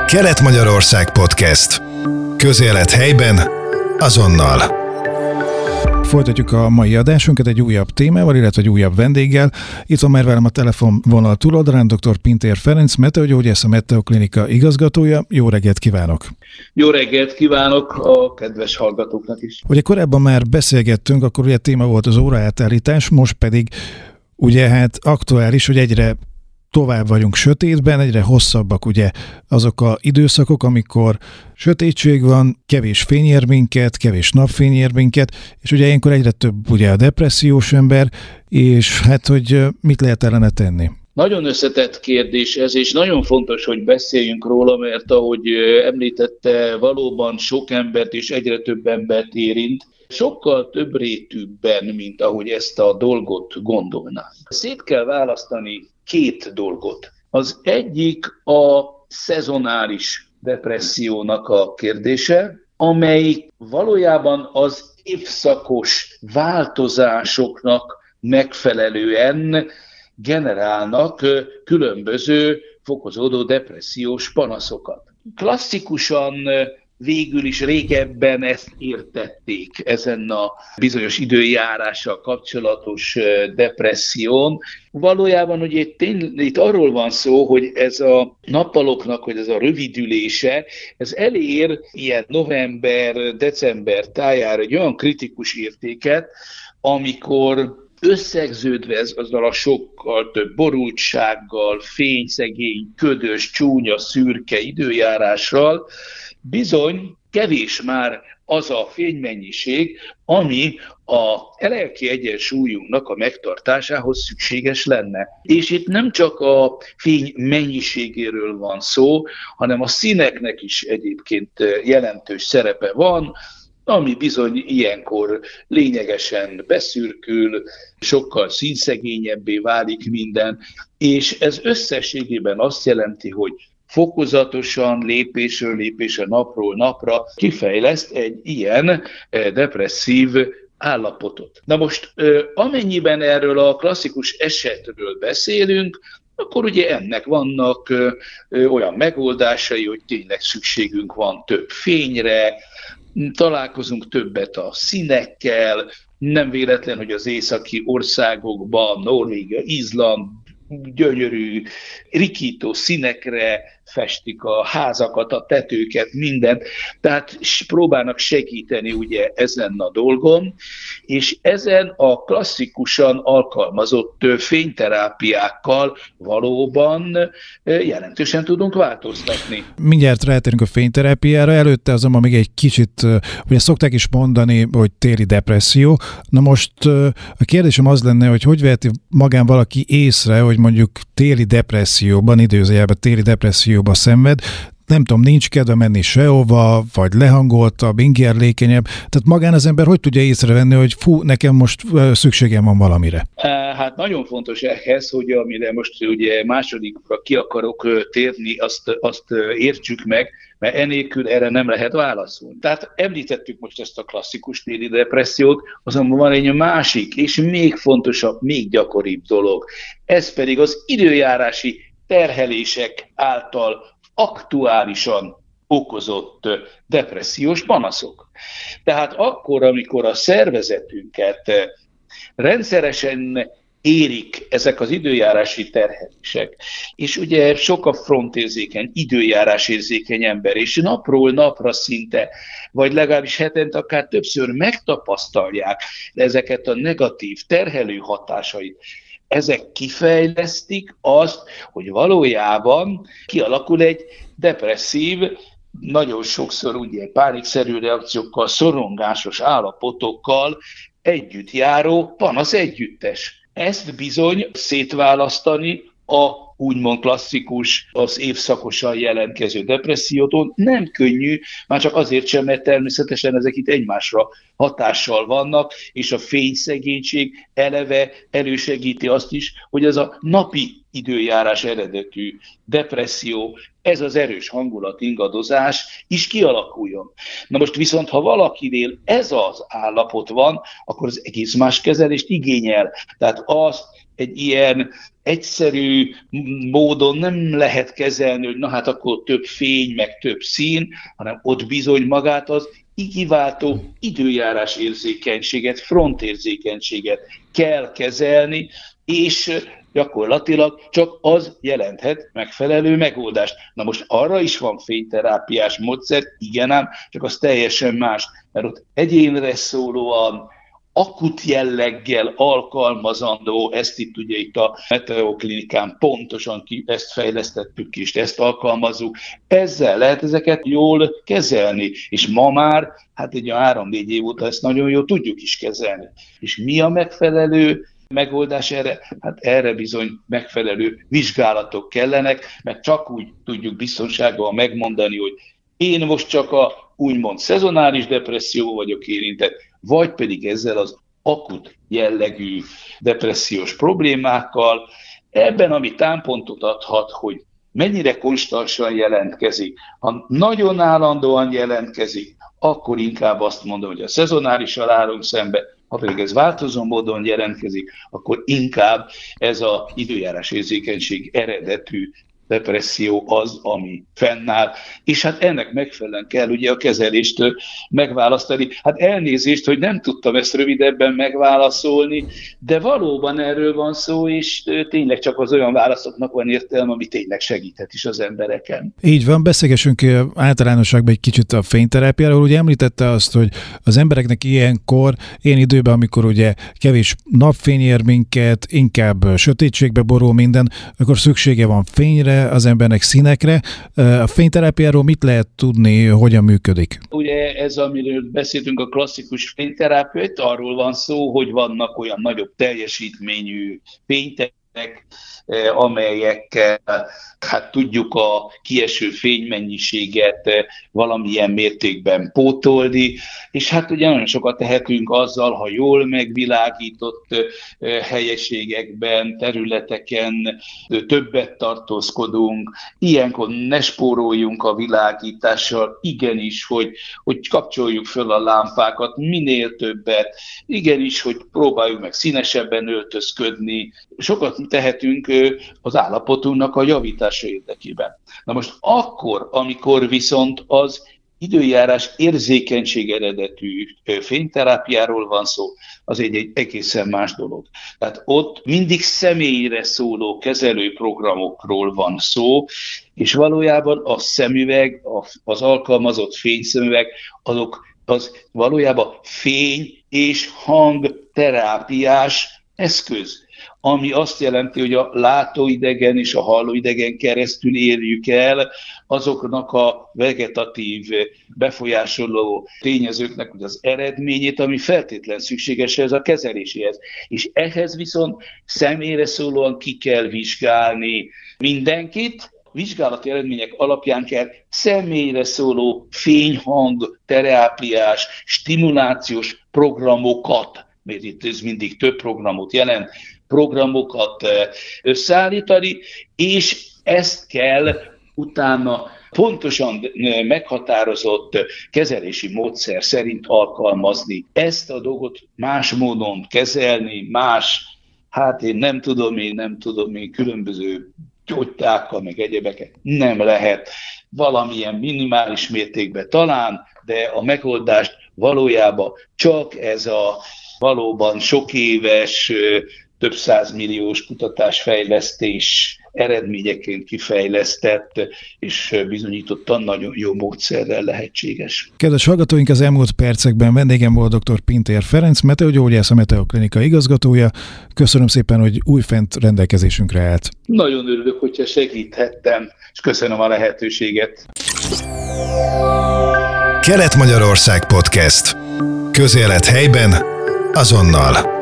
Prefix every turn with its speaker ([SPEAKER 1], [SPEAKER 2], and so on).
[SPEAKER 1] Kelet-Magyarország Podcast. Közélet helyben, azonnal. Folytatjuk a mai adásunkat egy újabb témával, illetve egy újabb vendéggel. Itt van már velem a telefonvonal túloldalán dr. Pintér Ferenc, meteogyógyász, a Meteo Klinika igazgatója. Jó reggelt kívánok!
[SPEAKER 2] Jó reggelt kívánok a kedves hallgatóknak is!
[SPEAKER 1] Ugye korábban már beszélgettünk, akkor ugye téma volt az óraátállítás, most pedig ugye hát aktuális, hogy egyre tovább vagyunk sötétben, egyre hosszabbak ugye azok az időszakok, amikor sötétség van, kevés fény ér minket, kevés napfény ér minket, és ugye ilyenkor egyre több ugye a depressziós ember, és hát, hogy mit lehet ellene tenni?
[SPEAKER 2] Nagyon összetett kérdés ez, és nagyon fontos, hogy beszéljünk róla, mert ahogy említette, valóban sok embert és egyre több embert érint, sokkal több rétűbben, mint ahogy ezt a dolgot gondolnánk. Szét kell választani két dolgot. Az egyik a szezonális depressziónak a kérdése, amely valójában az évszakos változásoknak megfelelően generálnak különböző fokozódó depressziós panaszokat. Klasszikusan végül is régebben ezt értették ezen a bizonyos időjárással kapcsolatos depresszión. Valójában ugye itt arról van szó, hogy ez a nappaloknak, hogy ez a rövidülése, ez elér ilyen november-december tájára egy olyan kritikus értéket, amikor összegződve azzal a sokkal több borultsággal, fényszegény, ködös, csúnya, szürke időjárással, bizony kevés már az a fénymennyiség, ami a lelki egyensúlyunknak a megtartásához szükséges lenne. És itt nem csak a fény mennyiségéről van szó, hanem a színeknek is egyébként jelentős szerepe van, ami bizony ilyenkor lényegesen beszürkül, sokkal színszegényebbé válik minden, és ez összességében azt jelenti, hogy fokozatosan, lépésről lépésre, napról napra kifejleszt egy ilyen depresszív állapotot. Na most, amennyiben erről a klasszikus esetről beszélünk, akkor ugye ennek vannak olyan megoldásai, hogy tényleg szükségünk van több fényre, találkozunk többet a színekkel, nem véletlen, hogy az északi országokban, Norvégia, Izland gyönyörű, rikító színekre festik a házakat, a tetőket, mindent, tehát próbálnak segíteni ugye ezen a dolgon, és ezen a klasszikusan alkalmazott fényterápiákkal valóban jelentősen tudunk változtatni.
[SPEAKER 1] Mindjárt rátérünk a fényterápiára, előtte azonban még egy kicsit, ugye szokták is mondani, hogy téli depresszió. Na most a kérdésem az lenne, hogy veheti magán valaki észre, hogy mondjuk téli depresszióban, időzőjelben téli depresszióban szenved, nem tudom, nincs kedve menni sehova, vagy lehangoltabb, ingerlékenyebb. Tehát magán az ember hogy tudja észrevenni, hogy nekem most szükségem van valamire?
[SPEAKER 2] Hát nagyon fontos ehhez, hogy amire most ugye másodikra ki akarok térni, azt értsük meg, mert enélkül erre nem lehet válaszolni. Tehát említettük most ezt a klasszikus téli depressziót, azonban van egy másik, és még fontosabb, még gyakoribb dolog. Ez pedig az időjárási terhelések által aktuálisan okozott depressziós panaszok. Tehát akkor, amikor a szervezetünket rendszeresen érik ezek az időjárási terhelések, és ugye sok a frontérzékeny, időjárásérzékeny ember, és napról napra szinte, vagy legalábbis hetente akár többször megtapasztalják ezeket a negatív terhelő hatásait, ezek kifejlesztik azt, hogy valójában kialakul egy depresszív, nagyon sokszor ugye pánikszerű reakciókkal, szorongásos állapotokkal együtt járó panasz együttes. Ezt bizony szétválasztani a úgymond klasszikus, az évszakosan jelentkező depressziótól nem könnyű, már csak azért sem, mert természetesen ezek itt egymásra hatással vannak, és a fényszegénység eleve elősegíti azt is, hogy ez a napi időjárás eredetű depresszió, ez az erős hangulat ingadozás is kialakuljon. Na most viszont, ha valakinél ez az állapot van, akkor az egész más kezelést igényel. Tehát azt egy ilyen egyszerű módon nem lehet kezelni, hogy na hát akkor több fény, meg több szín, hanem ott bizony magát az igiváltó időjárás érzékenységet, frontérzékenységet kell kezelni, és gyakorlatilag csak az jelenthet megfelelő megoldást. Na most arra is van fényterápiás módszer, igen ám, csak az teljesen más, mert ott egyénre szólóan, akut jelleggel alkalmazandó, ezt itt a Meteo Klinikán pontosan ezt fejlesztettük ki, és ezt alkalmazzuk. Ezzel lehet ezeket jól kezelni, és ma már, hát egy 3-4 év óta ezt nagyon jól tudjuk is kezelni. És mi a megfelelő megoldás erre? Hát erre bizony megfelelő vizsgálatok kellenek, mert csak úgy tudjuk biztonsággal megmondani, hogy én most csak a úgymond szezonális depresszió vagyok érintett, vagy pedig ezzel az akut jellegű depressziós problémákkal. Ebben, ami támpontot adhat, hogy mennyire konstansan jelentkezik. Ha nagyon állandóan jelentkezik, akkor inkább azt mondom, hogy a szezonálissal állunk szembe, ha pedig ez változó módon jelentkezik, akkor inkább ez az időjárás érzékenység eredetű depresszió az, ami fennáll, és hát ennek megfelelően kell ugye a kezelést megválasztani. Hát elnézést, hogy nem tudtam ezt rövidebben megválaszolni, de valóban erről van szó, és tényleg csak az olyan válaszoknak van értelme, ami tényleg segíthet is az embereken.
[SPEAKER 1] Így van, beszélgessünk általánosságban egy kicsit a fényterápiáról. Ugye említette azt, hogy az embereknek ilyenkor, ilyen időben, amikor ugye kevés napfény ér minket, inkább sötétségbe borul minden, akkor szüksége van fényre, az embernek színekre. A fényterápiáról mit lehet tudni, hogyan működik?
[SPEAKER 2] Ugye ez, amiről beszéltünk, a klasszikus fényterápia, itt arról van szó, hogy vannak olyan nagyobb teljesítményű fényterek, amelyekkel hát tudjuk a kieső fénymennyiséget valamilyen mértékben pótolni, és hát ugye nagyon sokat tehetünk azzal, ha jól megvilágított helyiségekben, területeken többet tartózkodunk, ilyenkor ne spóroljunk a világítással, igenis, hogy kapcsoljuk föl a lámpákat minél többet, igenis, hogy próbáljuk meg színesebben öltözködni, sokat tehetünk az állapotunknak a javítása érdekében. Na most akkor, amikor viszont az időjárás érzékenység eredetű fényterápiáról van szó, az egy egészen más dolog. Tehát ott mindig személyre szóló kezelőprogramokról van szó, és valójában a szemüveg, az alkalmazott fényszemüveg, az valójában fény- és hangterápiás eszköz, ami azt jelenti, hogy a látóidegen és a hallóidegen keresztül érjük el azoknak a vegetatív befolyásoló tényezőknek az eredményét, ami feltétlen szükséges ez a kezeléséhez. És ehhez viszont személyre szólóan ki kell vizsgálni mindenkit, vizsgálati eredmények alapján kell személyre szóló fényhang, terápiás, stimulációs programokat, mert itt ez mindig több programot jelent, programokat összeállítani, és ezt kell utána pontosan meghatározott kezelési módszer szerint alkalmazni. Ezt a dolgot más módon kezelni, én nem tudom, különböző gyógytákkal, meg egyebeket nem lehet. Valamilyen minimális mértékben talán, de a megoldást valójában csak ez a valóban sok éves, több százmilliós kutatásfejlesztés eredményeként kifejlesztett és bizonyítottan nagyon jó módszerrel lehetséges.
[SPEAKER 1] Kedves hallgatóink, az elmúlt percekben vendégem volt dr. Pintér Ferenc, meteogyógyász, a Meteo Klinika igazgatója. Köszönöm szépen, hogy újfent rendelkezésünkre állt.
[SPEAKER 2] Nagyon örülök, hogyha segíthettem, és köszönöm a lehetőséget.
[SPEAKER 3] Kelet-Magyarország Podcast. Közélet helyben, azonnal.